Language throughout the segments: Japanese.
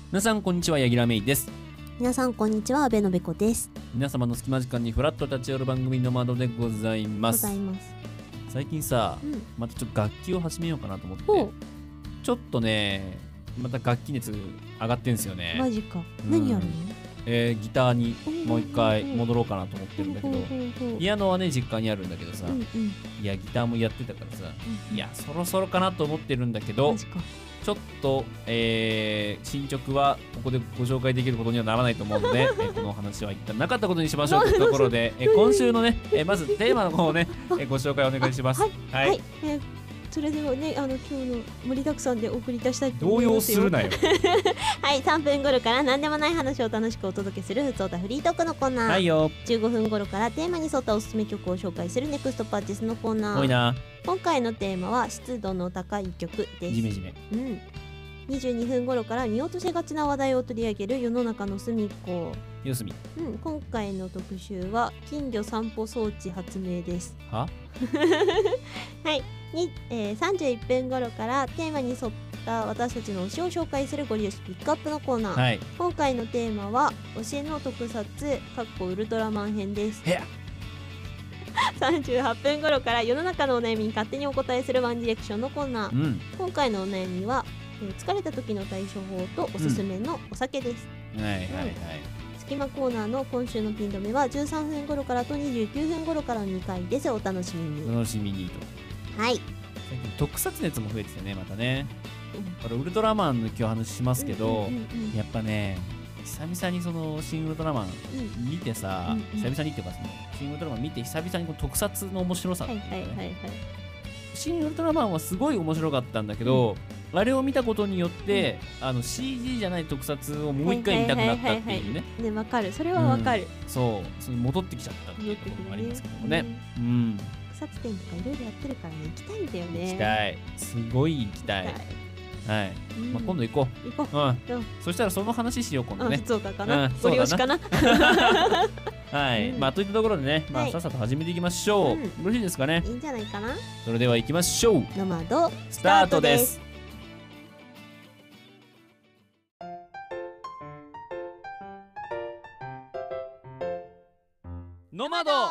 皆さんこんにちは、柳楽芽衣です。 皆さんこんにちは、阿部のべこです。 皆様の隙間時間にフラッと立ち寄る番組の窓でございます。最近さ、またちょっと楽器を始めようかなと思って、ちょっとねまた楽器熱上がってんすよね。 マジか。何やるの？ ギターにもう一回戻ろうかなと思ってるんだけど、ピアノはね実家にあるんだけどさ、いやギターもやってたからさ、いやそろそろかなと思ってるんだけど、ちょっと、進捗はここでご紹介できることにはならないと思うので、この話は一旦なかったことにしましょうというところで、今週のね、まずテーマの方をね、ご紹介お願いします。はい。 それではね、今日の盛りだくさんでお送りいたしたいと思いますよ。 動揺するなよ。 はい、3分頃から何でもない話を楽しくお届けするふつおたフリートークのコーナー。 はいよ。 15分頃からテーマに沿ったおすすめ曲を紹介するネクストパーチェスのコーナー。 多いな。 今回のテーマは湿度の高い曲です。 ジメジメ。 22分頃から見落としがちな話題を取り上げる世の中の隅っこ。 四隅。 今回の特集は金魚散歩装置発明です。 ははい。31分頃からテーマに沿った私たちの推しを紹介するゴリ押しピックアップのコーナー、今回のテーマは推しの特撮ウルトラマン編です。38分頃から世の中のお悩みに勝手にお答えするワンディレクションのコーナー、今回のお悩みは、疲れた時の対処法とおすすめのお酒です。隙間コーナーの今週のピン止めは13分頃からと29分頃からの2回です。お楽しみに。 お楽しみにと。 はい。 最近特撮熱も増えててね、またね。これウルトラマンの今日話しますけど、やっぱね久々にその新ウルトラマン見てさ、久々にっていうかその新ウルトラマン見て久々にこの特撮の面白さっていうね。新ウルトラマンはすごい面白かったんだけど、あれを見たことによって、CG じゃない特撮をもう一回見たくなったっていうね。 ね、わかる。それはわかる。 そう、その戻ってきちゃったっていうところもありますけどもね。 特撮展とかいろいろやってるからね、行きたいんだよね。 行きたい。すごい行きたい。はい。まあ今度行こう。行こう。そしたらその話しよう今度ね。 そうかな。ご利用しかな。 はい。まあといったところでね、まあさっさと始めていきましょう。よろしいですかね。 いいんじゃないかな。 それでは行きましょう。 ノマドスタートです。ノマド。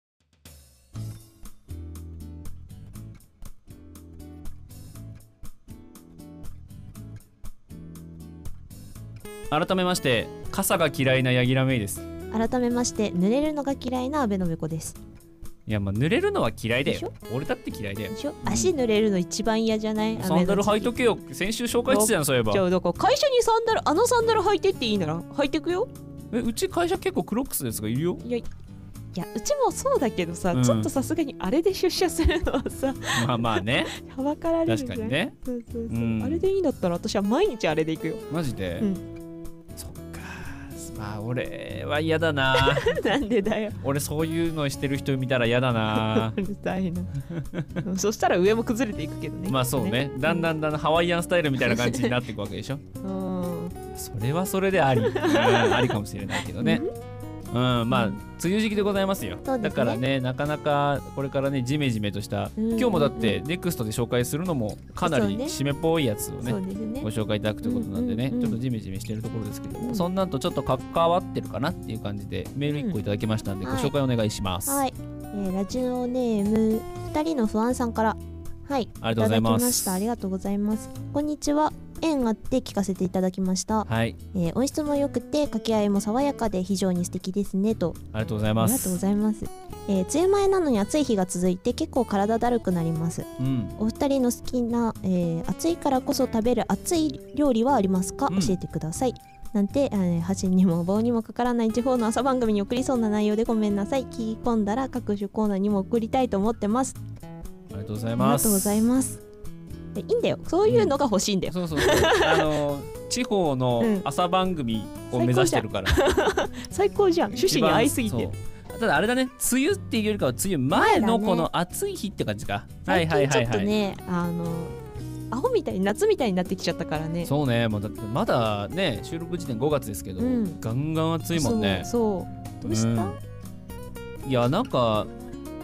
改めまして傘が嫌いな柳楽芽衣です。 改めまして濡れるのが嫌いな阿部のべこです。 いやまあ濡れるのは嫌いだよ。俺だって嫌いだよ。 足濡れるの一番嫌じゃない？ サンダル履いとけよ。先週紹介してたやん、そういえば。 じゃあだから会社にサンダル履いてっていいなら履いてくよ。 うち会社結構クロックスですがいるよ。 いやうちもそうだけどさ、ちょっとさすがにあれで出社するのはさまあねはばかられるじゃん。 確かにね。 あれでいいんだったら私は毎日あれで行くよ。 マジで？そっか。まあ俺は嫌だな。 なんでだよ。 俺そういうのしてる人見たら嫌だな。 うるさいな。そしたら上も崩れていくけどね。 まあそうね。だんだんハワイアンスタイルみたいな感じになっていくわけでしょ。それはそれでありありかもしれないけどね。まあ梅雨時期でございますよ。だからね、なかなかこれからねジメジメとした今日もだってネクストで紹介するのもかなり締めっぽいやつをねご紹介いただくということなんでね、ちょっとジメジメしてるところですけども、そんなんとちょっと関わってるかなっていう感じでメール1個いただきましたんでご紹介お願いします。 はい、ラジオネーム2人の不安さんから、はい、 ありがとうございます。 ありがとうございます。こんにちは。縁あって聞かせていただきました。 はい。 音質も良くて掛け合いも爽やかで非常に素敵ですねと。 ありがとうございます。 ありがとうございます。梅雨前なのに暑い日が続いて結構体だるくなります。お二人の好きな、暑いからこそ食べる熱い料理はありますか？教えてください。なんて、箸にも棒にもかからない地方の朝番組に送りそうな内容でごめんなさい。聞き込んだら各種コーナーにも送りたいと思ってます。 ありがとうございます。 ありがとうございます。いいんだよ、そういうのが欲しいんだよ。 そう地方の朝番組を目指してるから、 最高じゃん。趣旨に合いすぎて。 ただあれだね、梅雨っていうよりかは梅雨前のこの暑い日って感じか。 最近ちょっとね、アホみたいに夏みたいになってきちゃったからね。 そうね、だってまだね収録時点5月ですけど、ガンガン暑いもんね。 そうどうした？ いやなんか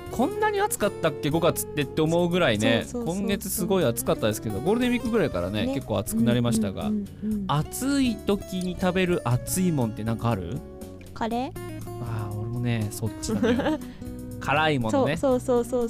こんなに暑かったっけ5月って思うぐらいね、今月すごい暑かったですけど、ゴールデンウィークぐらいからね結構暑くなりましたが、暑い時に食べる熱いもんってなんかある？ カレー？ ああ、俺もねそっちなのよ。辛いものね。 そう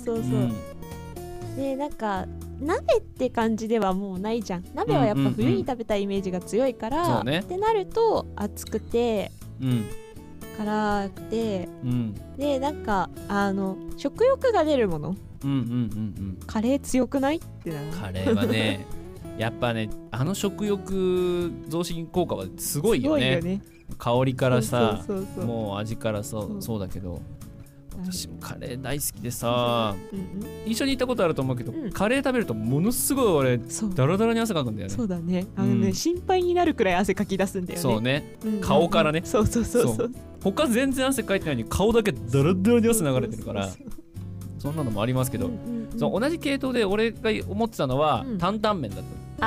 で、なんか鍋って感じではもうないじゃん。鍋はやっぱ冬に食べたイメージが強いから、ってなると熱くて、辛くて、でなんか食欲が出るもの、カレー強くないってなる。 カレーはねやっぱね食欲増進効果はすごいよね。香りからさ、もう味からそうだけど、私もカレー大好きでさ、一緒に行ったことあると思うけど、カレー食べるとものすごい俺ダラダラに汗かくんだよね。 そうだね、心配になるくらい汗かき出すんだよね。 そうね、顔からね。そう他全然汗かいてないのに顔だけダラダラに汗流れてるから、そんなのもありますけど、同じ系統で俺が思ってたのは担々麺だった。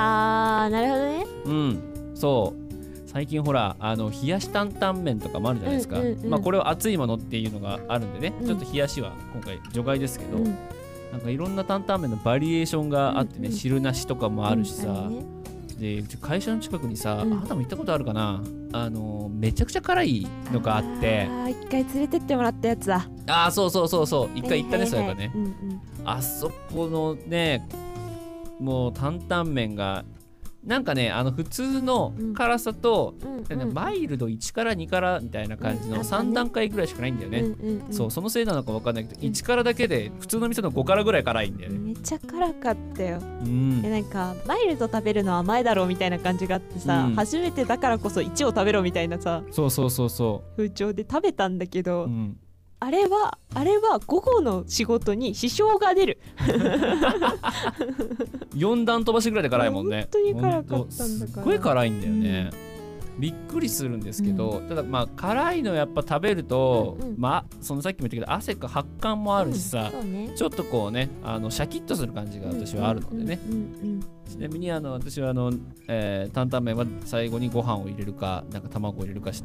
あー、なるほどね。 そう最近ほら冷やし担々麺とかもあるじゃないですか。まあこれは熱いものっていうのがあるんでね、ちょっと冷やしは今回除外ですけど、なんかいろんな担々麺のバリエーションがあってね、汁なしとかもあるしさ、でうち会社の近くにさ、あなたも行ったことあるかな、めちゃくちゃ辛いのがあって、 一回連れてってもらったやつだ。 そう一回行ったね。それがね、あそこのねもう担々麺がなんかね普通の辛さと、マイルド1から2からみたいな感じの3段階ぐらいしかないんだよね。そのせいなのか分かんないけど、1からだけで普通の店の5からぐらい辛いんだよね。 めっちゃ辛かったよ。なんかマイルド食べるのは前だろうみたいな感じがあってさ、初めてだからこそ1を食べろみたいなさ、風潮で食べたんだけど、あれは午後の仕事に支障が出る。 4段飛ばしぐらいで辛いもんね。 本当に辛かったんだから。 すっごい辛いんだよね。びっくりするんですけど、ただまあ辛いのやっぱ食べると、そのさっきも言ったけど汗か発汗もあるしさ、ちょっとこうねシャキッとする感じが私はあるのでね。ちなみに私は担々麺は最後にご飯を入れるかなんか卵を入れるかして、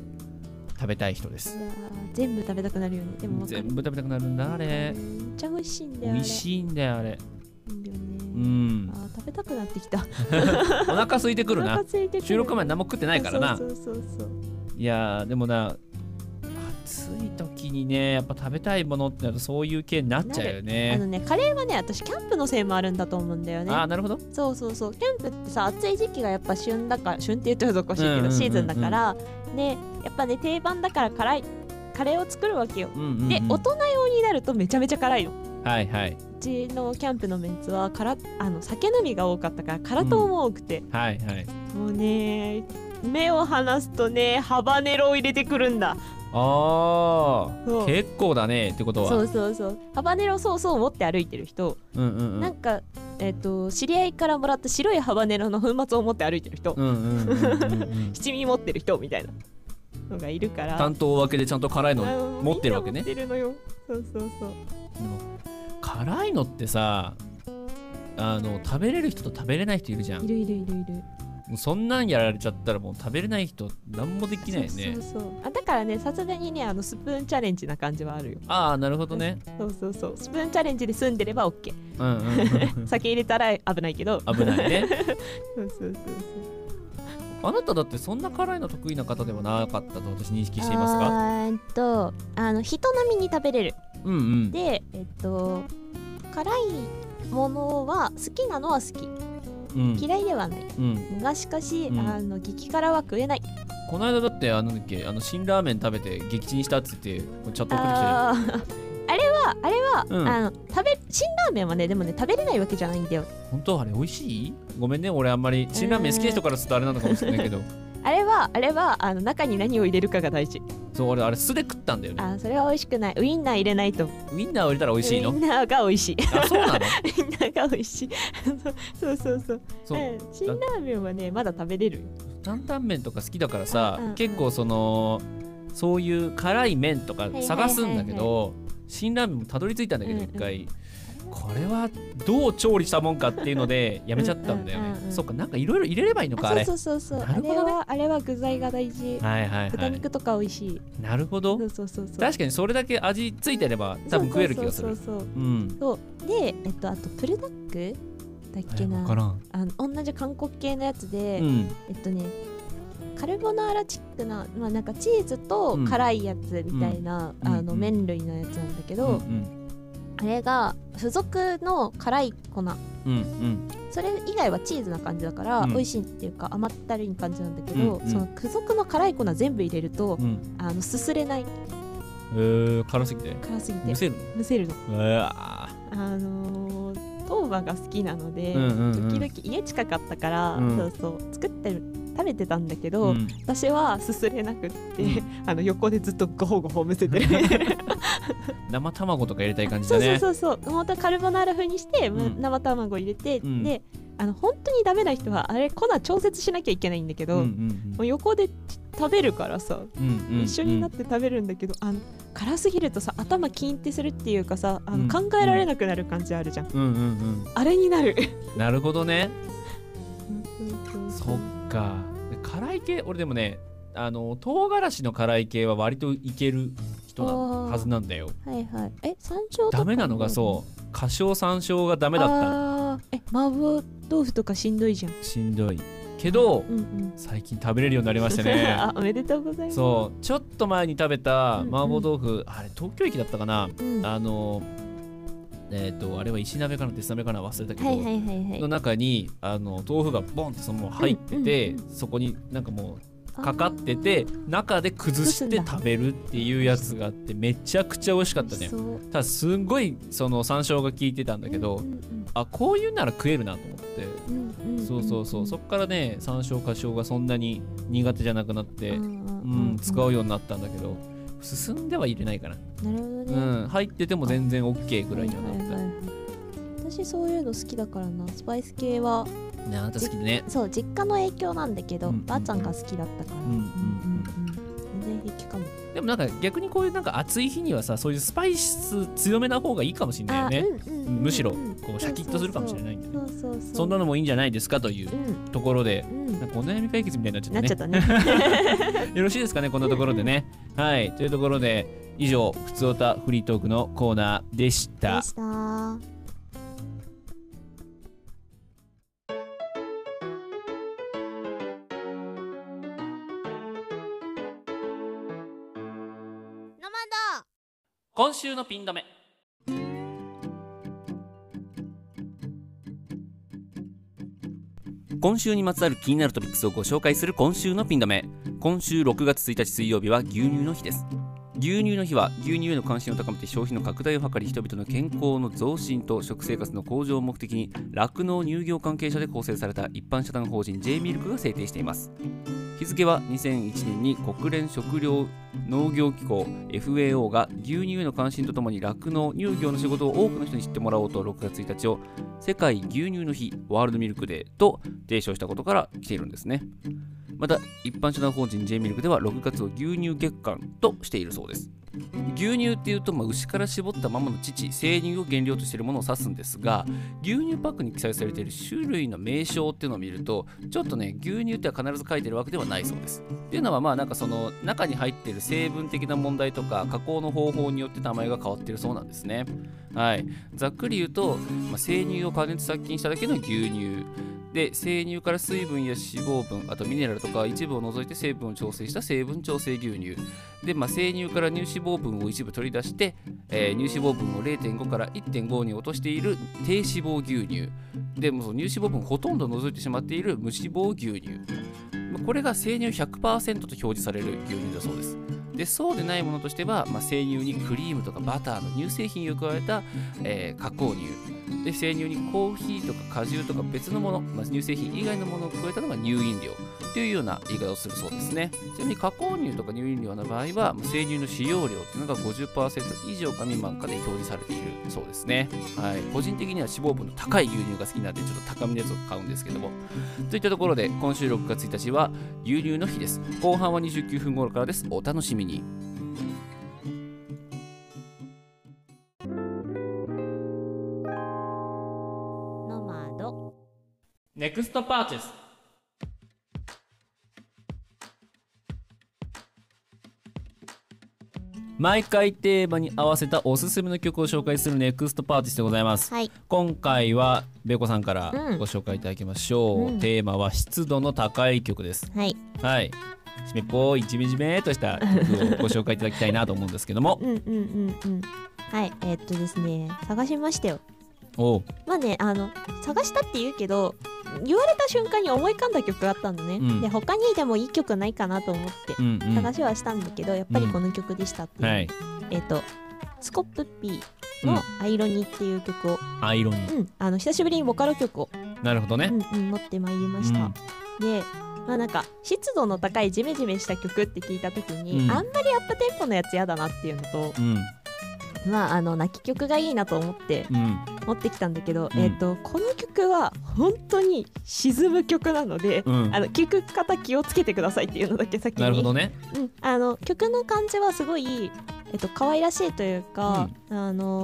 食べたい人です。 全部食べたくなるよね。でも全部食べたくなるんだあれ。 めっちゃ美味しいんだよ。 美味しいんだよあれ。 いいよね。食べたくなってきた。 お腹空いてくるな。収録前何も食ってないからな。いやでもな、暑い時にねやっぱ食べたいものってなるとそういう系になっちゃうよね。 カレーはね、私キャンプのせいもあるんだと思うんだよね。 なるほど。 そうキャンプってさ、暑い時期がやっぱ旬だから、旬って言っちゃうとおかしいけど、シーズンだからね、やっぱね定番だからカレーを作るわけよ。で大人用になるとめちゃめちゃ辛いの。うちのキャンプのメンツは酒飲みが多かったから辛党も多くて、もうね目を離すとねハバネロを入れてくるんだ。 結構だねってことは。 そうハバネロソースを持って歩いてる人、なんか知り合いからもらった白いハバネロの粉末を持って歩いてる人、七味持ってる人みたいなのがいるから、 担当分けでちゃんと辛いの持ってるわけね。 持ってるのよ。そう辛いのってさ、食べれる人と食べれない人いるじゃん。 いる。 もうそんなんやられちゃったらもう食べれない人何もできないよね。 だからね、さすがにねスプーンチャレンジな感じはあるよ。 なるほどね。 そうスプーンチャレンジで済んでれば OK。酒入れたら危ないけど。 危ないね。 そうあなただってそんな辛いの得意な方ではなかったと私認識していますが、 人並みに食べれる。で辛いものは好きなのは好き、嫌いではない、がしかし、激辛は食えない。 この間だって辛ラーメン食べて撃沈したっつってチャット送ってきてる。 あれは、辛ラーメンはねでもね食べれないわけじゃないんだよ。 本当あれ美味しい？ごめんね、俺あんまり辛ラーメン好きな人からするとあれなのかもしれないけど。 あれは中に何を入れるかが大事。 そう俺あれ酢で食ったんだよね。 それは美味しくない。ウインナー入れないと。 ウインナーを入れたら美味しいの？ ウインナーが美味しい。 そうなの？ウインナーが美味しい。そう辛ラーメンはねまだ食べれる。 担々麺とか好きだからさ、結構そういう辛い麺とか探すんだけど、辛ラーメンもたどり着いたんだけど一回これはどう調理したもんかっていうのでやめちゃったんだよね。そっか、なんかいろいろ入れればいいのか、あれ。 そうそうそう、あれは具材が大事。豚肉とか美味しい。 なるほど。確かにそれだけ味ついてれば多分食える気がする。そうで、あとプルダックだっけな、同じ韓国系のやつで、カルボナーラチックな、なんかチーズと辛いやつみたいな、麺類のやつなんだけど、あれが付属の辛い粉、それ以外はチーズな感じだから、美味しいっていうか甘ったるい感じなんだけど、その付属の辛い粉全部入れると、すすれない。 辛すぎてむせるの。 トーバが好きなので、時々家近かったから、作って食べてたんだけど、私はすすれなくって、横でずっとゴホゴホむせてる。 生卵とか入れたい感じだね。 そう本当はカルボナーラ風にして、生卵入れて、で本当にダメな人はあれ粉調節しなきゃいけないんだけど、もう横で食べるからさ、一緒になって食べるんだけど、辛すぎるとさ、頭キーンってするっていうかさ、考えられなくなる感じあるじゃん。あれになる。なるほどね。そっか。辛い系、俺でもね、唐辛子の辛い系は割といける人なはずなんだよ。 山椒とかダメなのが、そう花椒山椒がダメだった。 麻婆豆腐とかしんどいじゃん。 しんどいけど、最近食べれるようになりましたね。 おめでとうございます。 そうちょっと前に食べた麻婆豆腐、あれ東京駅だったかな、あれは石鍋かな鉄鍋かな忘れたけど、の中に豆腐がボンってそのまま入ってて、そこになんかもうかかってて、中で崩して食べるっていうやつがあって、めちゃくちゃ美味しかったね。ただすんごいその山椒が効いてたんだけど、こういうなら食えるなと思って、そっからね山椒花椒がそんなに苦手じゃなくなって、使うようになったんだけど、進んでは入れないかな。 なるほどね。 入ってても全然 OK ぐらいにはなった。 私そういうの好きだからな、スパイス系は。 あなた好きでね。 そう、実家の影響なんだけど、ばあちゃんが好きだったから、全然平気かも。 でもなんか逆にこういうなんか暑い日にはさ、そういうスパイス強めな方がいいかもしれないよね。むしろこうシャキッとするかもしれないんで、そんなのもいいんじゃないですかというところで、なんかお悩み解決みたいになっちゃったね。よろしいですかね、こんなところでね。はい、というところで以上、ふつおたフリートークのコーナーでした。今週のピン止め。今週にまつわる気になるトピックスをご紹介する今週のピン止め。今週6月1日水曜日は牛乳の日です。牛乳の日は牛乳への関心を高めて消費の拡大を図り、人々の健康の増進と食生活の向上を目的に酪農乳業関係者で構成された一般社団法人 J ミルクが制定しています。日付は2001年に国連食糧農業機構 FAO が牛乳への関心とともに酪農乳業の仕事を多くの人に知ってもらおうと6月1日を世界牛乳の日ワールドミルクデーと提唱したことから来ているんですね。また一般社団法人 J ミルクでは6月を牛乳月間としているそうです。牛乳っていうと、牛から絞ったままの乳、生乳を原料としているものを指すんですが、牛乳パックに記載されている種類の名称っていうのを見ると、ちょっとね、牛乳っては必ず書いてるわけではないそうです。っていうのは、なんかその中に入っている成分的な問題とか加工の方法によって名前が変わっているそうなんですね。はい、ざっくり言うと、生乳を加熱殺菌しただけの牛乳で、生乳から水分や脂肪分、あとミネラルとか一部を除いて成分を調整した成分調整牛乳で、生乳から乳脂肪分を一部取り出して、乳脂肪分を 0.5 から 1.5 に落としている低脂肪牛乳で、もう乳脂肪分をほとんど除いてしまっている無脂肪牛乳、これが生乳 100% と表示される牛乳だそうです。で、そうでないものとしては、生乳にクリームとかバターの乳製品を加えた、加工乳で、生乳にコーヒーとか果汁とか別のもの、乳製品以外のものを加えたのが乳飲料というような言い方をするそうですね。ちなみに加工乳とか乳飲料の場合は生乳の使用量というのが 50% 以上か未満かで表示されているそうですね。はい、個人的には脂肪分の高い牛乳が好きなんで、ちょっと高めのやつを買うんですけども。といったところで、今週6月1日は牛乳の日です。後半は29分頃からです。お楽しみに。 ネクストパーチェス。毎回テーマに合わせたおすすめの曲を紹介するネクストパーティスでございます、 はい、 今回はベコさんからご紹介いただきましょう、テーマは湿度の高い曲です。 はい、 はい、湿っぽいジメジメとした曲をご紹介いただきたいなと思うんですけどもはいですね、探しましたよ。 おまあね、探したって言うけど言われた瞬間に思い浮かんだ曲があったのね、で他にでもいい曲ないかなと思って探しはしたんだけど、やっぱりこの曲でしたっていう、はい、スコップッピーのアイロニーっていう曲を、 アイロニー、 久しぶりにボカロ曲をなるほどね、 持ってまいりました、でまあなんか湿度の高いジメジメした曲って聞いた時に、あんまりアップテンポのやつやだなっていうのと、まあ泣き曲がいいなと思って持ってきたんだけど、この曲は本当に沈む曲なので、聴く方気をつけてくださいっていうのだけ先に。 なるほどね。 曲の感じはすごい可愛らしいというか、最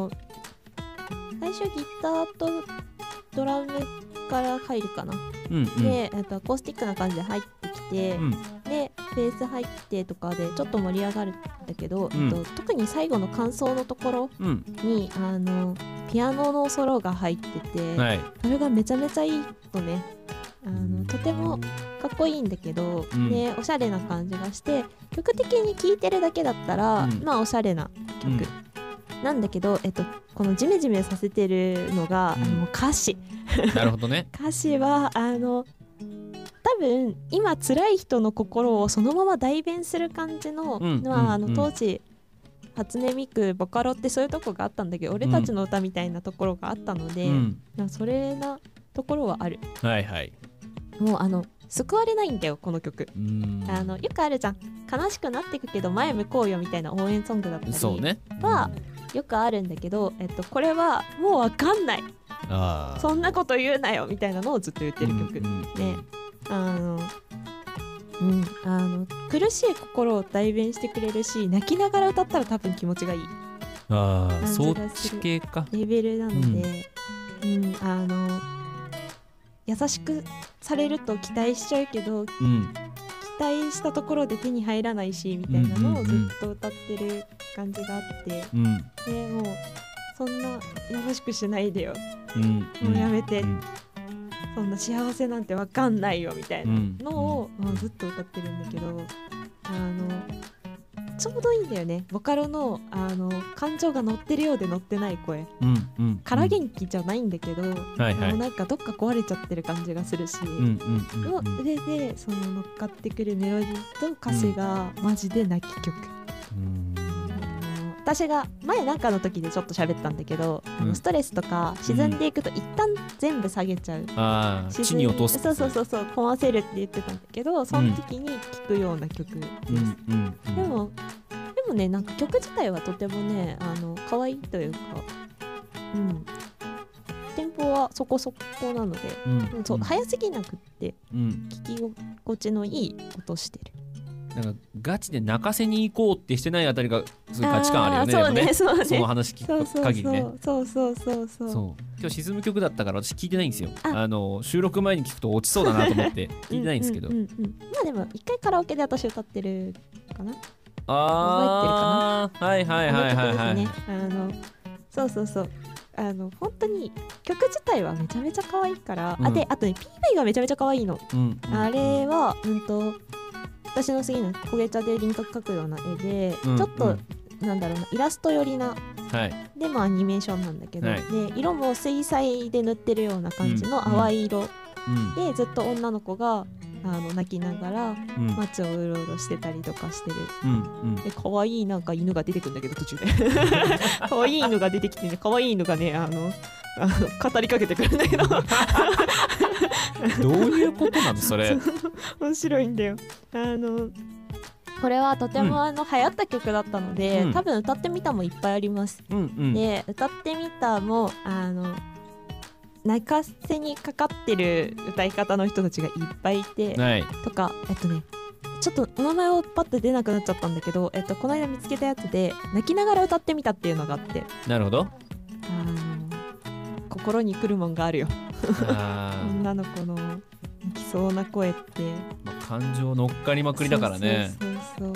初ギターとドラムから入るかな、でアコースティックな感じで入ってきて、でベース入ってとかでちょっと盛り上がるんだけど、特に最後の間奏のところに、ピアノのソロが入ってて、それがめちゃめちゃいいのね。とてもかっこいいんだけど、でおしゃれな感じがして、曲的に聴いてるだけだったら、まあおしゃれな曲、なんだけど、このジメジメさせてるのが、もう歌詞なるほどね。 歌詞は多分今辛い人の心をそのまま代弁する感じの、当時初音ミクボカロってそういうとこがあったんだけど、俺たちの歌みたいなところがあったので、それなところはある。 はいはい。 もう救われないんだよこの曲。よくあるじゃん、悲しくなってくけど前向こうよみたいな応援ソングだったりはよくあるんだけど、これはもうわかんない、そんなこと言うなよみたいなのをずっと言ってる曲で、苦しい心を代弁してくれるし、泣きながら歌ったら多分気持ちがいいそっち系かレベルなので、優しくされると期待しちゃうけど、期待したところで手に入らないしみたいなのをずっと歌ってる感じがあって、でもうそんな優しくしないでよ、もうやめて、そんな幸せなんてわかんないよみたいなのを、ずっと歌ってるんだけど、ちょうどいいんだよね。ボカロの、感情が乗ってるようで乗ってない声、から元気じゃないんだけど、なんかどっか壊れちゃってる感じがするし、の上でその乗っかってくるメロディーと歌詞がマジで泣き曲。私が前なんかの時でちょっと喋ったんだけど、ストレスとか沈んでいくと一旦全部下げちゃう、 地に落とす、 そう込ませるって言ってたんだけど、その時に聴くような曲です。でもね、なんか曲自体はとてもね可愛いというか、テンポはそこそこなので、早すぎなくって聴き心地のいい音してる。 なんかガチで泣かせに行こうってしてないあたりがすごい価値観あるよね。その話聞く限りね。そう今日沈む曲だったから私聞いてないんですよ。収録前に聞くと落ちそうだなと思って聞いてないんですけど、まあでも一回カラオケで私歌ってるかな。覚えてるかな。はいそう本当に曲自体はめちゃめちゃ可愛いから、あとね PV がめちゃめちゃ可愛いの。あれは私の好きな焦げ茶で輪郭描くような絵で、ちょっとなんだろうな、イラスト寄りな、でもアニメーションなんだけど、で色も水彩で塗ってるような感じの淡い色、でずっと女の子が泣きながら街をうろうろしてたりとかしてる、で可愛いなんか犬が出てくるんだけど途中で可愛い犬が出てきてね、可愛い犬がね語りかけてくるんだけどどういうことなのそれ面白いんだよ。これはとても流行った曲だったので、多分歌ってみたもいっぱいあります。で歌ってみたも泣かせにかかってる歌い方の人たちがいっぱいいて、とかちょっとお名前をパッと出なくなっちゃったんだけど、この間見つけたやつで泣きながら歌ってみたっていうのがあって、 なるほど、 心に来るもんがあるよ女の子の泣きそうな声って、 感情乗っかりまくりだからね。 そう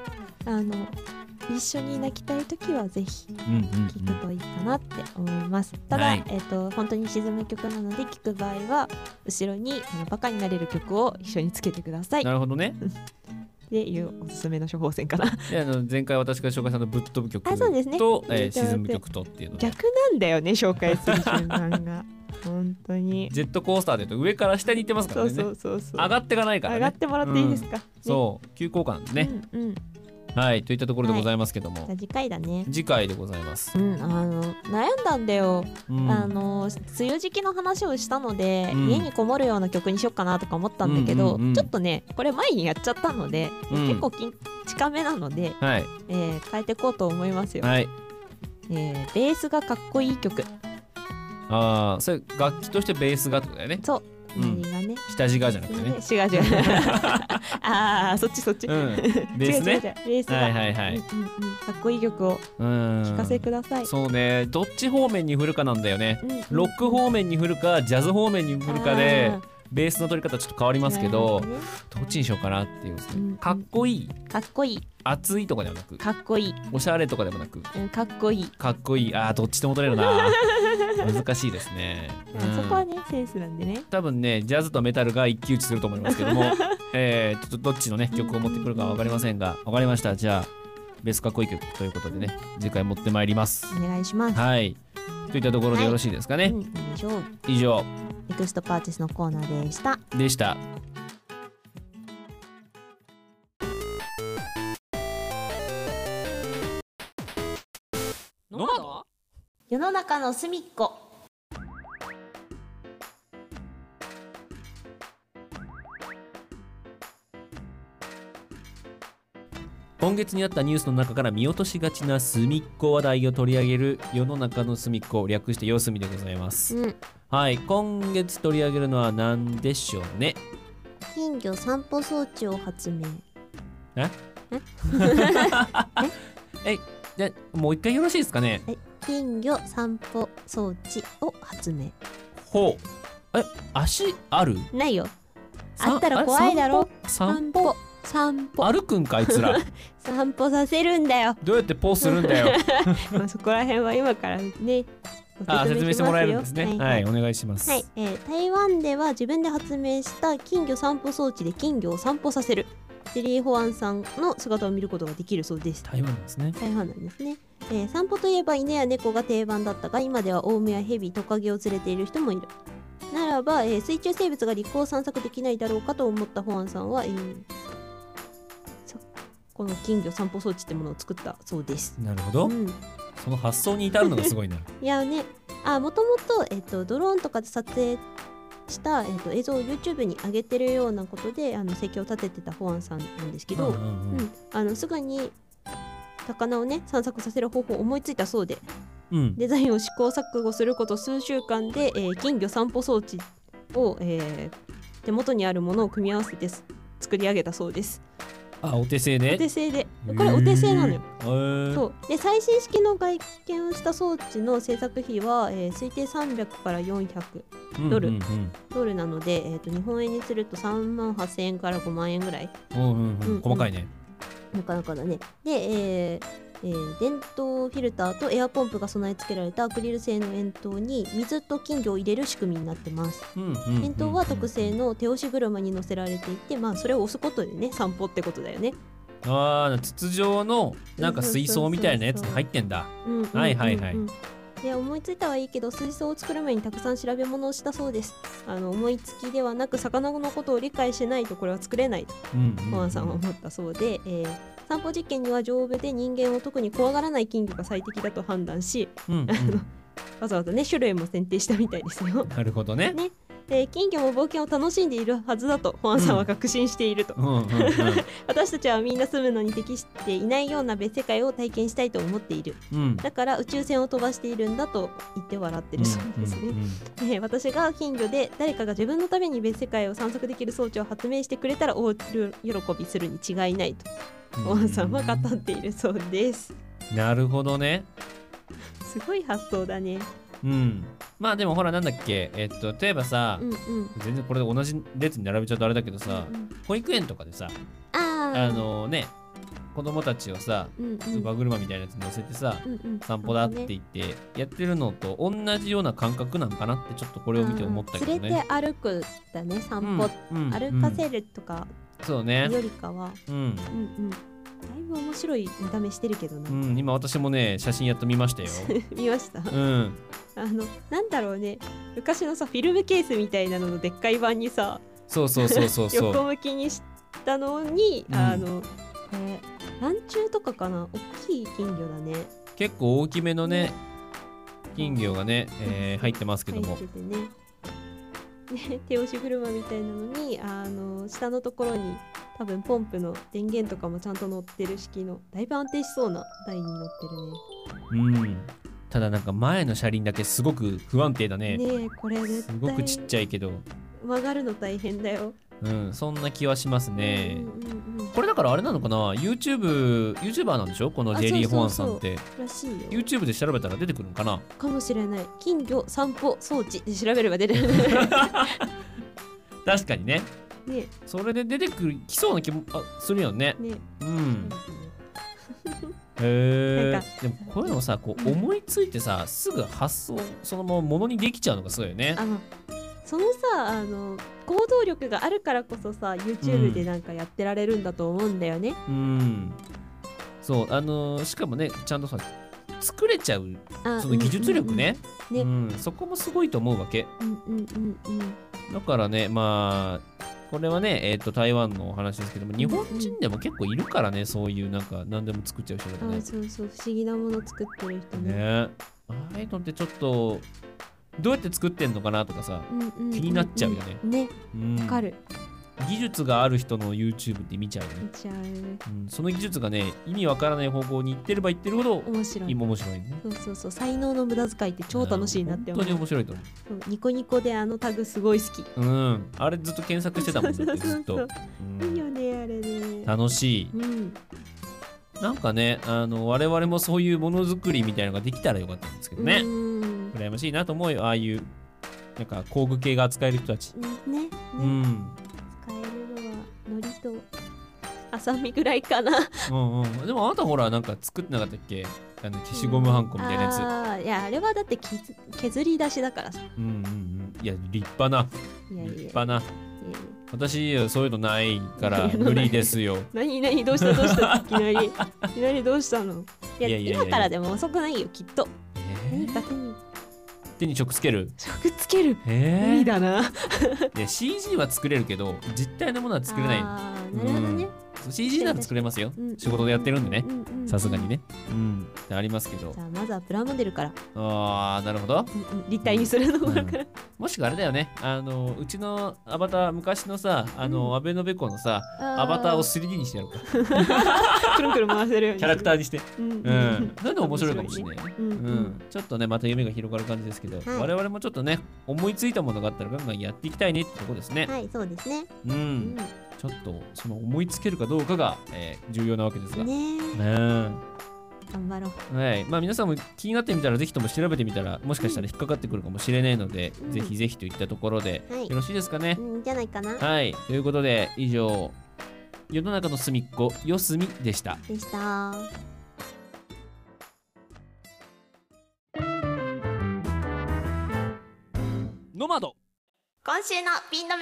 一緒に泣きたいときはぜひ聞くといいかなって思います。ただ、本当に沈む曲なので聞く場合は後ろにバカになれる曲を一緒につけてください。 なるほどね。 っていうおすすめの処方箋かな。 前回私が紹介したのぶっ飛ぶ曲と、沈む曲とっていうの逆なんだよね、紹介する順番が。本当にジェットコースターで言うと上から下に行ってますからね。そう上がっていかないからね。 上がってもらっていいですか。 そう急降下なんですね。はい、といったところでございますけども、 次回だね。 次回でございます。 悩んだんだよ。梅雨時期の話をしたので、家にこもるような曲にしよっかなとか思ったんだけど、ちょっとねこれ前にやっちゃったので、結構近めなので、変えていこうと思いますよ。ベースがかっこいい曲。 それ楽器としてベースがってことだよね。 そう。 下地がじゃなくてね。 違う。そっち。 ベースね。 ベースがかっこいい曲を聴かせください。 そうね、どっち方面に振るかなんだよね。ロック方面に振るかジャズ方面に振るかでベースの取り方ちょっと変わりますけど、どっちにしようかなっていう。かっこいい、熱いとかではなく、 かっこいい、 おしゃれとかでもなく、 かっこいい、 どっちとも取れるな。難しいですね。 そこはねセンスなんでね。 多分ねジャズとメタルが一騎打ちすると思いますけども、ちょっとどっちのね曲を持ってくるかは分かりませんが、分かりました。じゃあベースかっこいい曲ということでね、次回持ってまいります。 お願いします。 はい、といったところでよろしいですかね。以上ネクストパーティスのコーナーでした。 世の中の隅っこ。 今月にあったニュースの中から見落としがちな隅っこ話題を取り上げる世の中の隅っこ、略してよすみでございます。はい、今月取り上げるのは何でしょうね。 金魚散歩装置を発明。 じゃもう一回よろしいですかね。 金魚散歩装置を発明。 足ある？ ないよ。あったら怖いだろ。散歩歩くんかあいつら。 散歩させるんだよ。 どうやってポーするんだよ。 そこら辺は今からね説明してもらえるんですね。はい、お願いします。 台湾では自分で発明した金魚散歩装置で金魚を散歩させるシェリー・ホアンさんの姿を見ることができるそうです。 台湾なんですね。 台湾なんですね。散歩といえば犬や猫が定番だったが、今ではオウムやヘビ、トカゲを連れている人もいる。ならば、水中生物が陸を散策できないだろうかと思ったホアンさんは、この金魚散歩装置ってものを作ったそうです。 なるほど、その発想に至るのがすごいな。 いやね、もともと、ドローンとかで撮影した、映像を YouTube に上げてるようなことで生計を立ててたホアンさんなんですけど、すぐに魚をね散策させる方法を思いついたそうで、デザインを試行錯誤すること数週間で、金魚散歩装置を、手元にあるものを組み合わせて作り上げたそうです。 お手製で？ お手製で。これお手製なのよ。そうで、最新式の外見をした装置の制作費は、推定300から400ドル、ドルなので、日本円にすると3万8000円から5万円ぐらい。 細かいね。 なかなかだね。で、電動フィルターとエアポンプが備え付けられたアクリル製の円筒に水と金魚を入れる仕組みになってます。円筒は特製の手押し車に乗せられていて、それを押すことでね散歩ってことだよね。 筒状のなんか水槽みたいなやつに入ってんだ。 で、思いついたはいいけど水槽を作る前にたくさん調べ物をしたそうです。思いつきではなく魚のことを理解しないとこれは作れないとホアンさんは思ったそうで、散歩実験には丈夫で人間を特に怖がらない金魚が最適だと判断し、わざわざね種類も選定したみたいですよ。 なるほどね。 金魚も冒険を楽しんでいるはずだとホアンさんは確信していると。私たちはみんな住むのに適していないような別世界を体験したいと思っている、だから宇宙船を飛ばしているんだと言って笑ってるそうですね。私が金魚で誰かが自分のために別世界を散策できる装置を発明してくれたら大喜びするに違いないとホアンさんは語っているそうです。 なるほどね。 すごい発想だね。 うん、まあでもほらなんだっけ、例えばさ、全然これ同じ列に並べちゃうとあれだけどさ、保育園とかでさ、ね、子供たちをさ、馬車みたいなやつ乗せてさ、散歩だって言ってやってるのと同じような感覚なのかなってちょっとこれを見て思ったけどね。 連れて歩くだね、散歩、歩かせるとかそうねよりかは、だいぶ面白い見た目してるけどな。 今私もね写真やっと見ましたよ。 見ました。なんだろうね、昔のさフィルムケースみたいなののでっかい版にさ、 そう横向きにしたのに、ランチュウとかかな、大きい金魚だね。 結構大きめのね金魚がね、入ってますけども。 入っててね。手押し車みたいなのに下のところに多分ポンプの電源とかもちゃんと乗ってる式のだいぶ安定しそうな台に乗ってるね。ただなんか前の車輪だけすごく不安定だね。 これ絶対すごくちっちゃいけど曲がるの大変だよ。 そんな気はしますね。これだからあれなのかな、YouTuber なんでしょこのジェリー・ホアンさんって。 らしいよ。 YouTube で調べたら出てくるのかな。 かもしれない。金魚散歩装置で調べれば出てくる。 確かにね。それで出てきそうな気もするよね。でもこういうのさ、こう思いついてさ、すぐ発想そのままものにできちゃうのがすごいよね。 そのさ行動力があるからこそさ YouTube でなんかやってられるんだと思うんだよね。 そうしかもねちゃんとさ作れちゃうその技術力ね、そこもすごいと思うわけ。だからね、まあこれはね台湾のお話ですけども、日本人でも結構いるからね、そういうなんか何でも作っちゃう人とかね。 そう不思議なもの作ってる人ね。ああいうのってちょっとどうやって作ってんのかなとかさ、気になっちゃうよね。 わかる。 技術がある人の YouTube って見ちゃうよね。その技術がね意味わからない方向に行ってれば行ってるほど面白いね。 そう才能の無駄遣いって超楽しいなって思う。 本当に面白いと思う。 ニコニコでタグすごい好き。 あれずっと検索してたもんね。ずっといいよねあれね。 楽しい。なんかね我々もそういうものづくりみたいなのができたらよかったんですけどね。羨ましいなと思うよ、ああいうなんか工具系が扱える人たち。 使えるのはのりとハサミぐらいかな。 でもあなたほらなんか作ってなかったっけ、消しゴムはんこみたいなやつ。 いやあれはだって削り出しだからさ。 いや立派な。私そういうのないから無理ですよ。 何どうしたいきなりどうしたの。いや今からでも遅くないよきっと。何か手に直つける無理だな。 CG は作れるけど実体のものは作れない。 なるほどね。 CG なら作れますよ。仕事でやってるんでね。さすがにね。ありますけど。 じゃあまずはプラモデルから。 なるほど。 立体にするのから。もしくはあれだよね。うちのアバター、昔のさ、アベノベコのさ、アバターを 3D にしてやるか。 くるくる回せるように。 キャラクターにして。そういうの面白いかもしれない。ちょっとね、また夢が広がる感じですけど、我々もちょっとね、思いついたものがあったらガンガンやっていきたいねってとこですね。 はい、そうですね。 ちょっとその思いつけるかどうかが、重要なわけですが。 頑張ろう。 はい、まあ皆さんも気になってみたらぜひとも調べてみたらもしかしたら引っかかってくるかもしれないので、ぜひぜひといったところで、よろしいですかね。 じゃないかな。 はい、ということで以上世の中の隅っこよすみでした。ノマド今週のピン止め。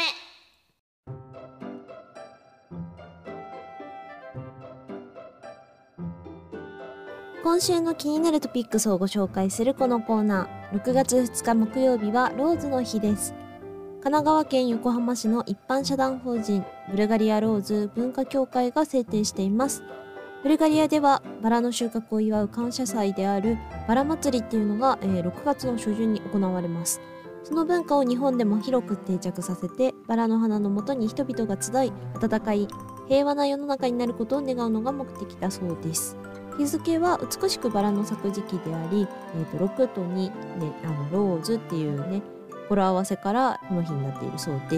今週の気になるトピックスをご紹介するこのコーナー、6月2日木曜日はローズの日です。神奈川県横浜市の一般社団法人ブルガリアローズ文化協会が制定しています。ブルガリアではバラの収穫を祝う感謝祭であるバラ祭りっていうのが、6月の初旬に行われます。その文化を日本でも広く定着させて、バラの花のもとに人々が集い、温かい平和な世の中になることを願うのが目的だそうです。日付は美しくバラの咲く時期であり、6と2、ね、ローズっていうね語呂合わせからこの日になっているそうです。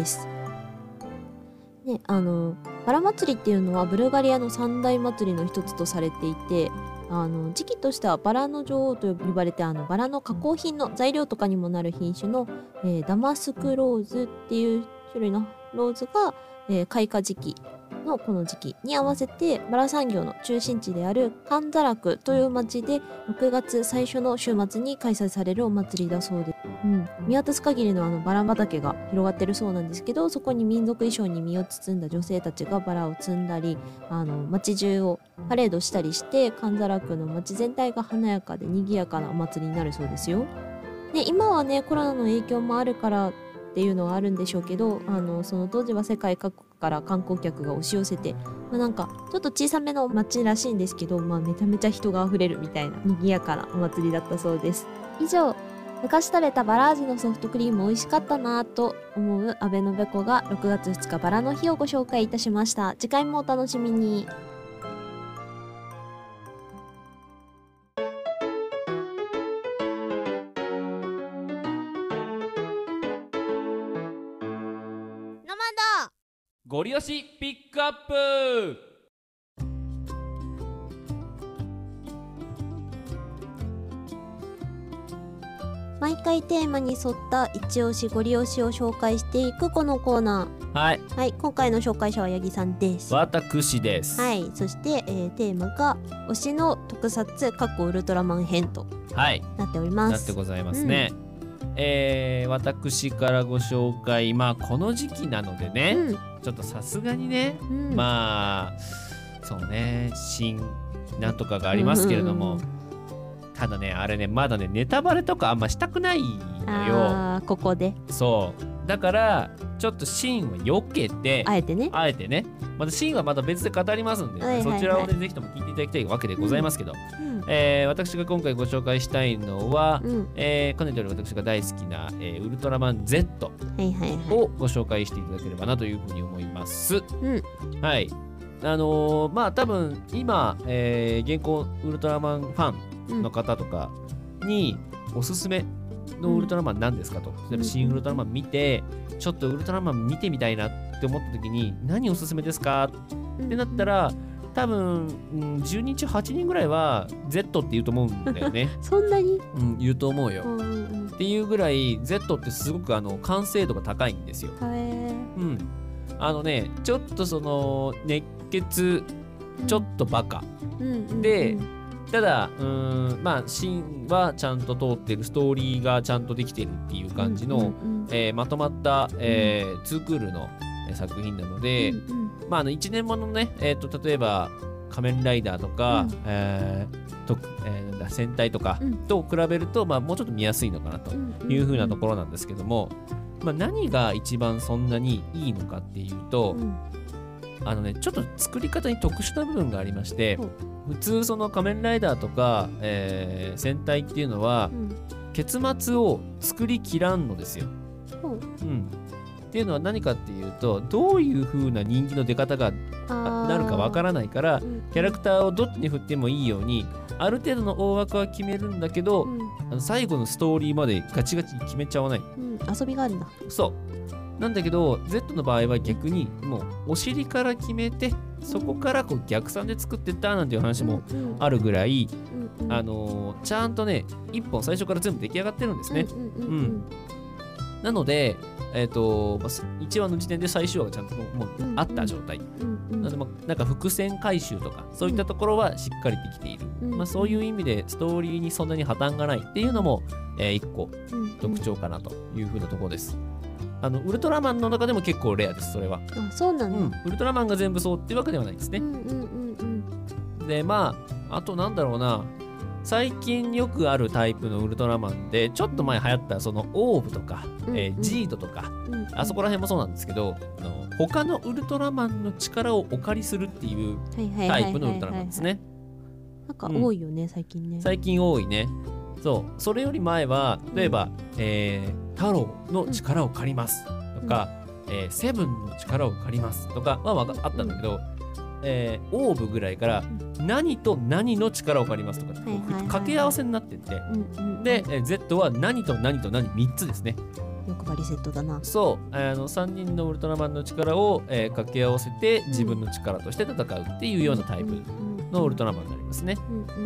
ね、バラ祭りっていうのはブルガリアの三大祭りの一つとされていて、 時期としてはバラの女王と呼ばれてバラの加工品の材料とかにもなる品種の、ダマスクローズっていう種類のローズが、開花時期のこの時期に合わせてバラ産業の中心地であるカンザラクという町で6月最初の週末に開催されるお祭りだそうです。見渡す限りのバラ畑が広がってるそうなんですけど、そこに民族衣装に身を包んだ女性たちがバラを摘んだり町中をパレードしたりしてカンザラクの町全体が華やかで賑やかなお祭りになるそうですよ。で今はねコロナの影響もあるからっていうのはあるんでしょうけどその当時は世界各国から観光客が押し寄せて、なんかちょっと小さめの町らしいんですけど、めちゃめちゃ人があふれるみたいな賑やかなお祭りだったそうです。以上、昔食べたバラ味のソフトクリーム美味しかったなぁと思う阿部のべこが6月2日バラの日をご紹介いたしました。次回もお楽しみに。 ゴリ押しピックアップ。 毎回テーマに沿った一押しゴリ押しを紹介していくこのコーナー。 はい、 はい、今回の紹介者は八木さんです。 私です。 はい、そして、テーマが推しの特撮ウルトラマン編となっております。 なってございますね。私からご紹介、この時期なのでね、ちょっとさすがにね、そうね、新なんとかがありますけれども、ただねあれねまだねネタバレとかあんましたくないのよ。 ここでそうだからちょっとシーンは避けて、あえてねまたシーンはまた別で語りますんで、そちらをねぜひとも聞いていただきたいわけでございますけど、私が今回ご紹介したいのは、かねてより私が大好きな、ウルトラマン Z をご紹介していただければなというふうに思います。はい。多分今、現行ウルトラマンファンの方とかにおすすめのウルトラマンなんですかと、例えば新ウルトラマン見てちょっとウルトラマン見てみたいなって思った時に何おすすめですかってなったら、多分10人中8人ぐらいは Z って言うと思うんだよね。 そんなに、 言うと思うよ。っていうぐらい Z ってすごく完成度が高いんですよ。ちょっとその熱血ちょっとバカ、でただシーンはちゃんと通ってる、ストーリーがちゃんとできてるっていう感じの、まとまった、2クールの作品なので、1年ものね、例えば仮面ライダーとか、戦隊とかと比べると、もうちょっと見やすいのかなというふうなところなんですけども、何が一番そんなにいいのかっていうと、ちょっと作り方に特殊な部分がありまして、普通その仮面ライダーとか、戦隊っていうのは、結末を作りきらんのですよ。っていうのは何かっていうと、どういう風な人気の出方がなるかわからないから、キャラクターをどっちに振ってもいいようにある程度の大枠は決めるんだけど、最後のストーリーまでガチガチに決めちゃわない、 遊びがあるんだ。 そうなんだけど Z の場合は逆にもうお尻から決めて、そこからこう逆算で作ってったなんていう話もあるぐらい、ちゃんとね一本最初から全部出来上がってるんですね。なので1話の時点で最終話がちゃんともうあった状態、なんか伏線回収とかそういったところはしっかりできている、そういう意味でストーリーにそんなに破綻がないっていうのも、一個特徴かなというふうなところです。ウルトラマンの中でも結構レアです、それは。 そうなんだ。 ウルトラマンが全部そうっていうわけではないですね。であとなんだろうな、最近よくあるタイプのウルトラマンでちょっと前流行ったそのオーブとか、ジードとか、あそこら辺もそうなんですけど、他のウルトラマンの力をお借りするっていうタイプのウルトラマンですね。 なんか多いよね、最近ね。 最近多いね。それより前は例えば、太郎の力を借りますとか、セブンの力を借りますとかはあったんだけど、オーブぐらいから何と何の力を借りますとか掛け合わせになってって、で Z は何と何と何3つですね。 欲張りセットだな。 そう3人のウルトラマンの力を、掛け合わせて自分の力として戦うっていうようなタイプのウルトラマンになります。 ますね。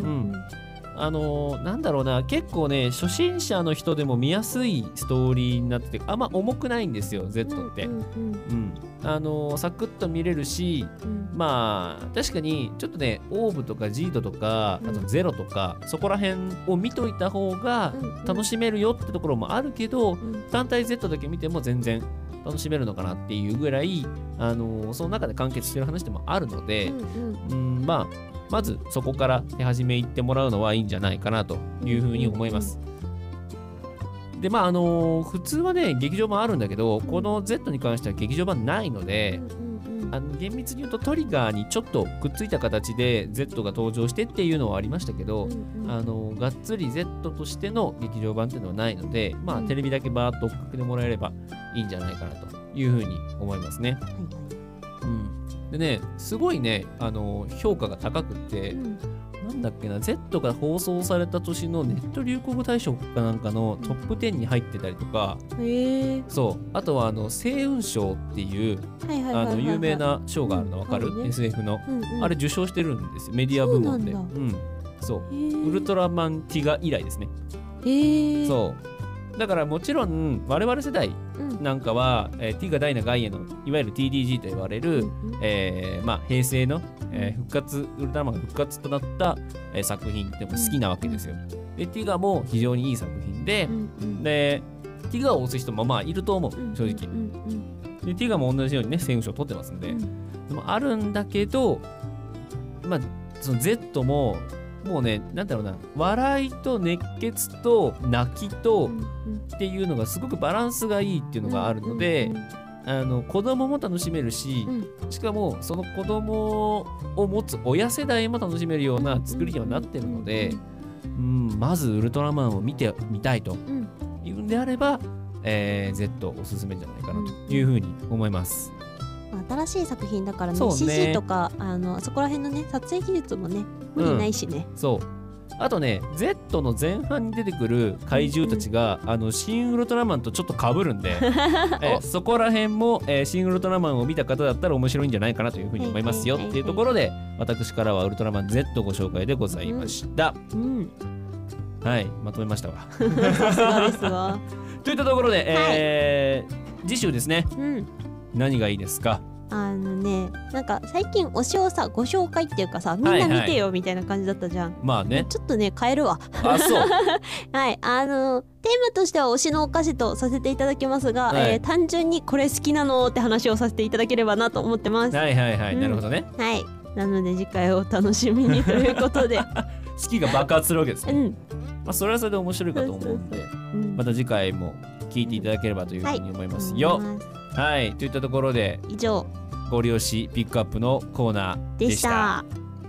なんだろうな、結構ね初心者の人でも見やすいストーリーになってて、あんま重くないんですよ Z って。サクッと見れるし、まあ確かにちょっとねオーブとかジードとかあとゼロとか、そこら辺を見といた方が楽しめるよってところもあるけど、単体 Z だけ見ても全然楽しめるのかなっていうぐらい、その中で完結してる話でもあるので、まずそこから手始め行ってもらうのはいいんじゃないかなというふうに思います。で普通はね劇場版あるんだけど、この Z に関しては劇場版ないので、厳密に言うとトリガーにちょっとくっついた形で Z が登場してっていうのはありましたけど、がっつり Z としての劇場版っていうのはないので、テレビだけバーッと追っかけてもらえればいいんじゃないかなというふうに思いますね。でね、すごいね、評価が高くって、なんだっけな、Z が放送された年のネット流行語大賞かなんかのトップ10に入ってたりとか、そう、あとは星雲賞っていう有名な賞があるの分かる？ SF の、あれ受賞してるんですよ、メディア部門で。そう、ウルトラマンティガ以来ですね。そうだからもちろん我々世代なんかは、ティガダイナガイエのいわゆる TDG と言われる、平成の、ウルトラマンが復活となった、作品でも好きなわけですよ。でティガも非常にいい作品で、でティガを推す人もいると思う、正直。でティガも同じようにね星雲賞取ってますんで、でもあるんだけど、その Z ももうね、なんだろうな、笑いと熱血と泣きとっていうのがすごくバランスがいいっていうのがあるので、子供も楽しめるし、しかもその子供を持つ親世代も楽しめるような作りにはなってるので、まずウルトラマンを見てみたいというんであれば、Z おすすめじゃないかなというふうに思います。 新しい作品だからね、CG とかそこら辺のね撮影技術もね無理ないしね。 そうあとね Z の前半に出てくる怪獣たちが、新ウルトラマンとちょっと被るんでそこら辺も、新ウルトラマンを見た方だったら面白いんじゃないかなというふうに思いますよっていうところで、私からはウルトラマン Z ご紹介でございました。はい、まとめましたわ。 さすがですわ。 といったところで、次週ですね、何がいいですか？ なんか最近推しをさご紹介っていうかさ、みんな見てよみたいな感じだったじゃん。 まあね、 ちょっとね変えるわ。 あ、そう。 はい、テーマとしては推しのお菓子とさせていただきますが、単純にこれ好きなのって話をさせていただければなと思ってます。 なるほどね。 はい、なので次回をお楽しみにということで好きが爆発するわけですね。それはそれで面白いかと思うんで、また次回も聞いていただければというふうに思いますよ。はい、といったところで以上ご利用しピックアップのコーナーでした。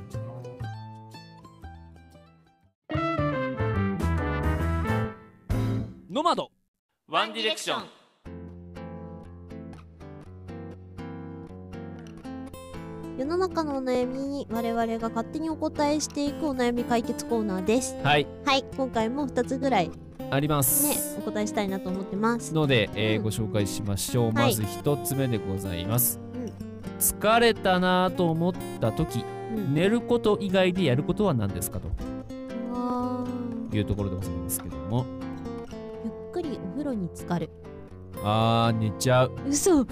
ノマドワンディレクション。 世の中のお悩みに我々が勝手にお答えしていくお悩み解決コーナーです。 はい、 今回も2つぐらいありますね、お答えしたいなと思ってますので、ご紹介しましょう。まず1つ目でございます。疲れたなと思った時、寝ること以外でやることは何ですかというところでございますけども、 ゆっくりお風呂に浸かる。 寝ちゃう。 嘘。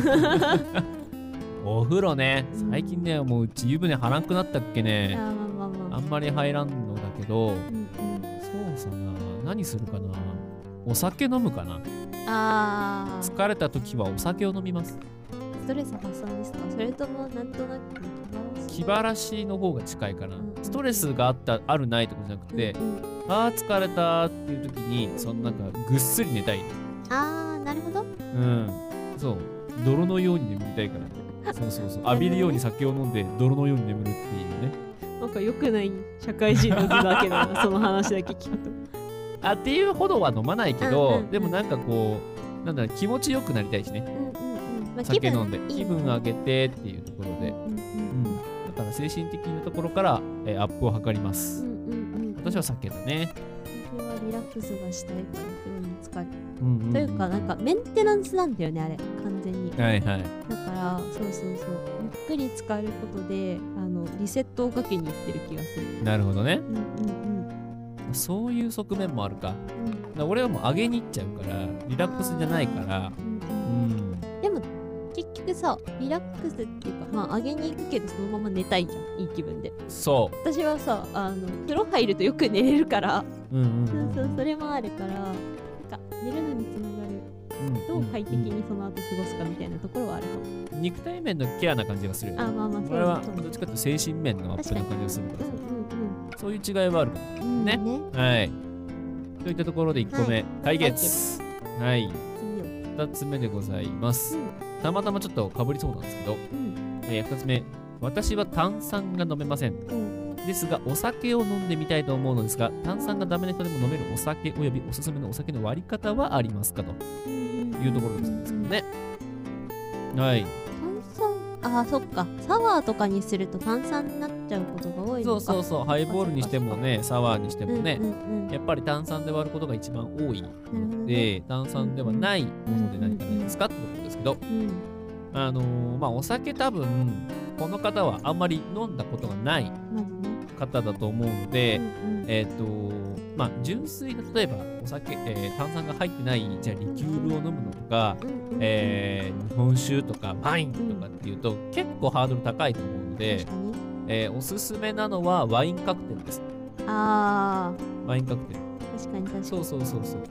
お風呂ね、最近ねもううち湯船張らんくなったっけね。あんまり入らんのだけど、そうさな、何するかな。お酒飲むかな。疲れた時はお酒を飲みます。 ストレス発散ですか？それともなんとなく気晴らしの方が近いかな。ストレスがあるないとかじゃなくて、疲れたっていう時になんかぐっすり寝たい。 なるほど。 そう、泥のように眠りたいから。そう浴びるように酒を飲んで泥のように眠るっていうね。 なんか良くない社会人の図だけどその話だけ聞くと。 っていうほどは飲まないけど、でもなんかこうなんだろう、気持ちよくなりたいしね。酒飲んで気分上げてっていうところで、だから精神的なところからアップを図ります。私は酒だね。 私はリラックスがしたいから風呂に浸かる、というかなんかメンテナンスなんだよねあれ完全に。 はいはい。 だからそうゆっくり浸かることでリセットをかけにいってる気がする。 なるほどね。そういう側面もあるか。俺はもう上げに行っちゃうからリラックスじゃないから。 でも結局さリラックスっていうかまあ上げに行くけどそのまま寝たいじゃんいい気分で。 そう私はさ風呂入るとよく寝れるからそれもあるからなんか寝るのにつながる、どう快適にその後過ごすかみたいなところはあるかも。 肉体面のケアな感じがするよね。 まあこれはどっちかというと精神面のアップな感じがするから、そういう違いはあるかもしれないね。はい。といったところで1個目解決。はい。2つ目でございます。たまたまちょっとかぶりそうなんですけど、2つ目、私は炭酸が飲めません。ですが、お酒を飲んでみたいと思うのですが、炭酸がダメな人でも飲めるお酒およびおすすめのお酒の割り方はありますかというところですけどね。はい。 炭酸、そっか。サワーとかにすると炭酸になっちゃうことが多いのか。 そう、ハイボールにしてもね、サワーにしてもね、やっぱり炭酸で割ることが一番多いので、炭酸ではないもので何かないですかってことですけど、まあお酒多分この方はあんまり飲んだことがない方だと思うので、まあ純粋な例えばお酒、炭酸が入ってないじゃあリキュールを飲むのとか、日本酒とかワインとかっていうと結構ハードル高いと思うので、おすすめなのはワインカクテルです。ワインカクテル。 確かに。 そう。 でも私チンナイルで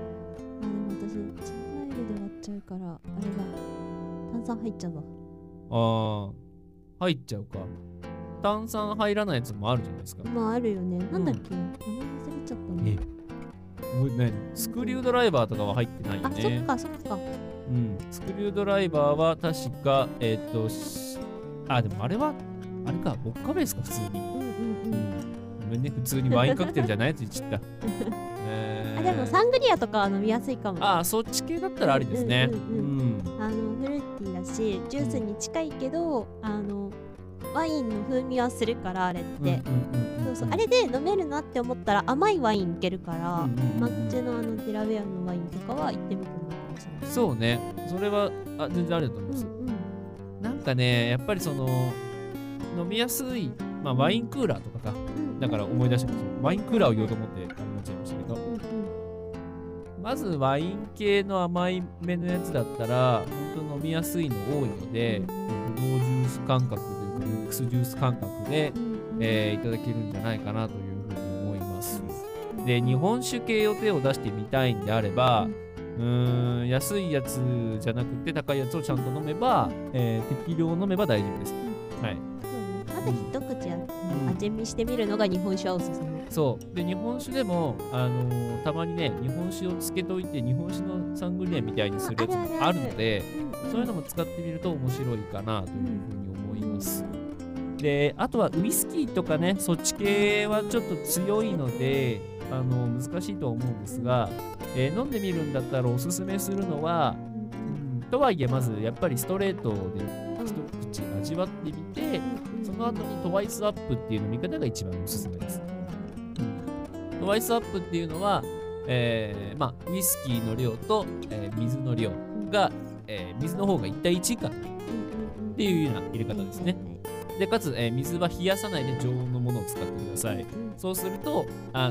割っちゃうからあれだ。炭酸入っちゃうわ。 入っちゃうか。炭酸入らないやつもあるじゃないですか。 まああるよね。なんだっけ、名前忘れちゃったね。 もう何？スクリュードライバーとかは入ってないよね。 そっか。 スクリュードライバーは確かでもあれか、ボッカベースか普通に。ごめんね、普通にワインカクテルじゃないやつ言っちゃった。 でもサングリアとかは飲みやすいかも。 そっち系だったらありですね。フルーティーだしジュースに近いけどワインの風味はするからあれってあれで飲めるなって思ったら甘いワインいけるからマッチのデラウェアのワインとかは行ってみてもいいかもしれない。 そうね、それは全然ありだと思います。なんかねやっぱりその飲みやすい、ワインクーラーとかか、だから思い出したけどワインクーラーを言おうと思ってなっちゃいましたけど、まずワイン系の甘いめのやつだったら本当飲みやすいの多いので、ブドウジュース感覚というかミックスジュース感覚で、いただけるんじゃないかなというふうに思います。で、日本酒系を手を出してみたいんであれば、安いやつじゃなくて高いやつをちゃんと飲めば、適量飲めば大丈夫です。はい。 まず一口味見してみるのが日本酒はおすすめ。 そうで日本酒でも、たまにね日本酒をつけといて日本酒のサングリアみたいにするやつもあるので、そういうのも使ってみると面白いかなというふうに思います。であとはウイスキーとかねそっち系はちょっと強いので難しいとは思うんですが、飲んでみるんだったらおすすめするのは、とはいえまずやっぱりストレートで一口味わってみて、その後にトワイスアップっていう飲み方が一番おすすめです。トワイスアップっていうのは、ウイスキーの量と、水の量が、水の方が1対1以下っていうような入れ方ですね。でかつ、水は冷やさないで常温のものを使ってください。そうすると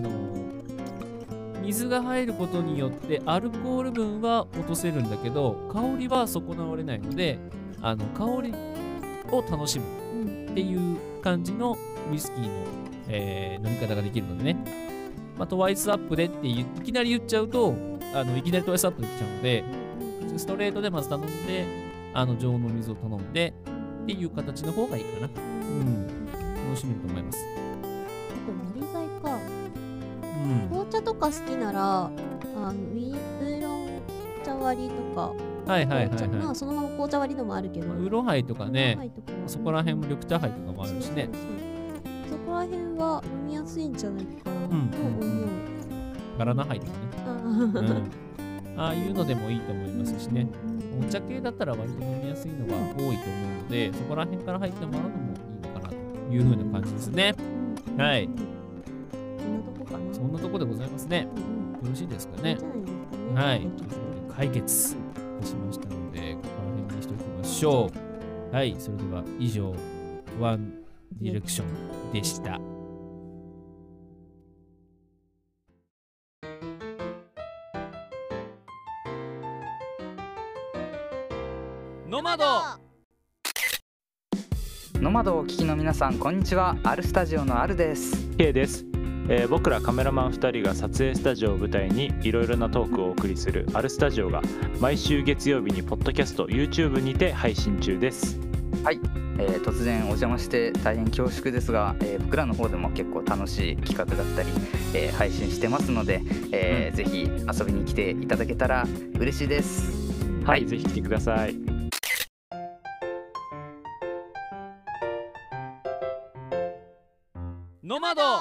水が入ることによってアルコール分は落とせるんだけど香りは損なわれないので香りを楽しむっていう感じのウイスキーの、飲み方ができるのでね、トワイスアップでっていきなり言っちゃうといきなりトワイスアップできちゃうのでストレートでまず頼んで常温の水を頼んでっていう形の方がいいかな。楽しめると思います。 あと割り剤か。紅茶とか好きならウーロン茶割りとか。そのまま紅茶割りのもあるけど。 ウーロンハイとかね。そこら辺も緑茶ハイとかもあるしね。 そこら辺は飲みやすいんじゃないかなと思う。 ガラナハイとかね。ああいうのでもいいと思いますしね。お茶系だったら割と飲みやすいのが多いと思うので、そこら辺から入ってもらうのもいいのかなという風な感じですね。はい。 こんなとこかな。 そんなとこでございますね。よろしいですかね。はい。解決しましたので、ここら辺にしておきましょう。はい。それでは以上、ワンディレクションでした。ノマドをお聞きの皆さん、こんにちは。アルスタジオのアルです。 K です。僕らカメラマン2人が撮影スタジオを舞台にいろいろなトークをお送りするアルスタジオが毎週月曜日にポッドキャスト YouTube にて配信中です。 はい、突然お邪魔して大変恐縮ですが、僕らの方でも結構楽しい企画だったり、配信してますので、ぜひ遊びに来ていただけたら嬉しいです。 はい、ぜひ来てください。 ノマド。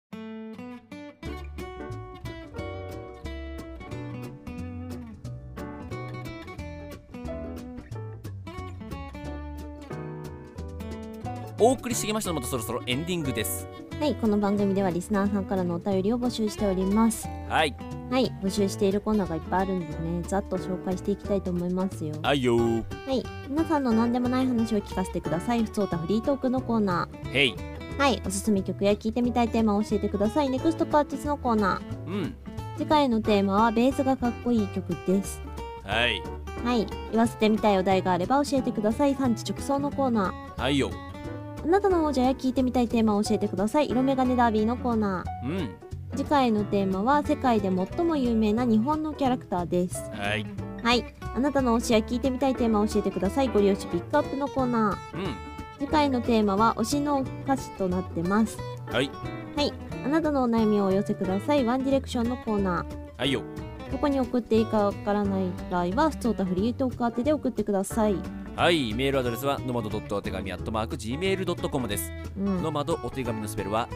お送りしてきましたのもとそろそろエンディングです。 はい、この番組ではリスナーさんからのお便りを募集しております。 はいはい、募集しているコーナーがいっぱいあるんでね、ざっと紹介していきたいと思いますよ。 はいよー。 はい、皆さんの何でもない話を聞かせてください。ふつおたフリートークのコーナー。 へい。 はい、おすすめ曲や聞いてみたいテーマを教えてください。ネクストパーティスのコーナー。 次回のテーマはベースがかっこいい曲です。 はい。 はい、言わせてみたいお題があれば教えてください。産地直送のコーナー。はいよ。 あなたの王者や聞いてみたいテーマを教えてください。色眼鏡ダービーのコーナー。次回のテーマは世界で最も有名な日本のキャラクターです。 はい。 はい。あなたの推しや聞いてみたいテーマを教えてください。ご利用しピックアップのコーナー。次回のテーマは推しの歌詞となってます。 はい。 はい。あなたのお悩みをお寄せください。ワンディレクションのコーナー。 はいよ。 どこに送っていいかわからない場合は、ふつおたフリートーク宛てで送ってください。 はい、メールアドレスはノマドお手紙@gmail.com です。ノマドお手紙のスペルは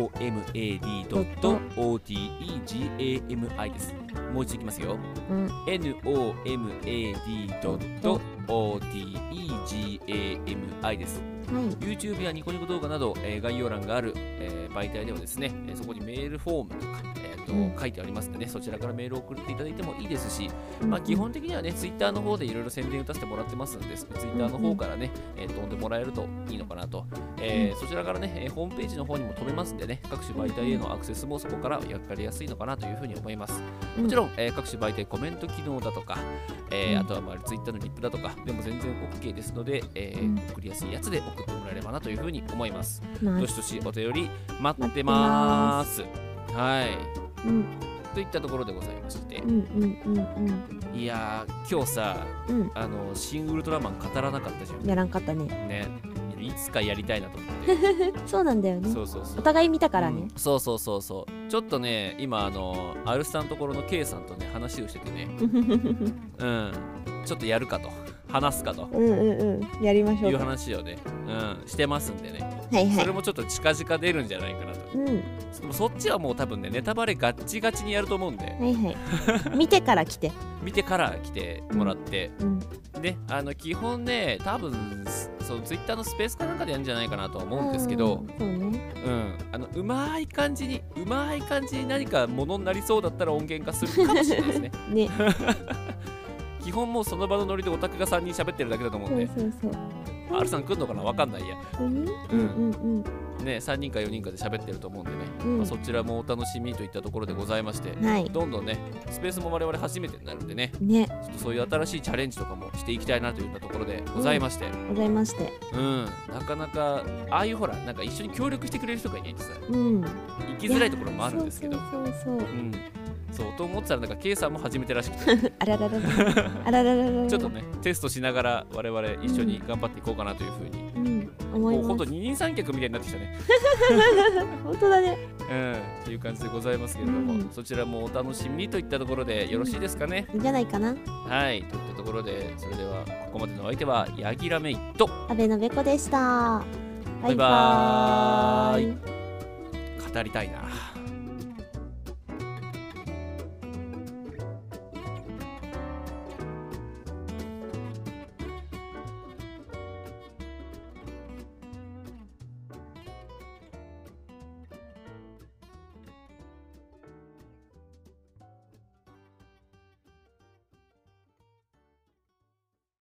nomad.otegami です。もう一度いきますよ。nomad.otegami です。YouTube やニコニコ動画など、概要欄がある、媒体ではですね、そこにメールフォームとか、書いてありますので、ね、そちらからメールを送っていただいてもいいですし、基本的にはね、Twitter の方でいろいろ宣伝打たせてもらってますので、Twitter の方からね、飛んでもらえるといいのかなと。そちらからね、ホームページの方にも飛べますんでね、各種媒体へのアクセスもそこからやかりやすいのかなというふうに思います。もちろん、各種媒体コメント機能だとか、あとはTwitter のリップだとかでも全然 OK ですので、送りやすいやつで送ってもらえればなというふうに思います。どしどしお便り待ってます。はい。といったところでございまして、いやー今日さ、シン・ウルトラマン語らなかったじゃん。 やらんかったね。 ね、いつかやりたいなと思って。 そうなんだよね。 そうそうそう。 お互い見たからね。 そうそうそうそう。ちょっとね、今アルスさんのところの K さんとね話をしててね、ちょっとやるかと。話すかとやりましょういう話をね、してますんでね、 はいはい、 それもちょっと近々出るんじゃないかなと、でもそっちはもう多分ねネタバレガッチガチにやると思うんで、 はいはい、見てから来てもらって、で基本ね多分そのツイッターのスペースかなんかでやるんじゃないかなとは思うんですけど、うまい感じに何かものになりそうだったら音源化するかもしれないですね。ね基本もうその場のノリでオタクが3人喋ってるだけだと思うんで、R さん来んのかな分かんないや。ね、3人か4人かで喋ってると思うんでね、そちらもお楽しみといったところでございまして、どんどんねスペースも我々初めてになるんでね、ちょっとそういう新しいチャレンジとかもしていきたいなといったところでございまして、なかなかああいうほらなんか一緒に協力してくれる人がいないんですよ、行きづらいところもあるんですけど、そうと思ってたらなんか K さんも始めてらしくてあららららちょっとねテストしながら我々一緒に頑張っていこうかなというふうに、もうほんと二人三脚みたいになってきたね本当だねっていう感じでございますけれども、そちらもお楽しみにといったところでよろしいですかね。 いいんじゃないかな。 はいといったところで、それではここまでのお相手はヤギラメイと阿部のべこでした。 バイバーイ。語りたいな。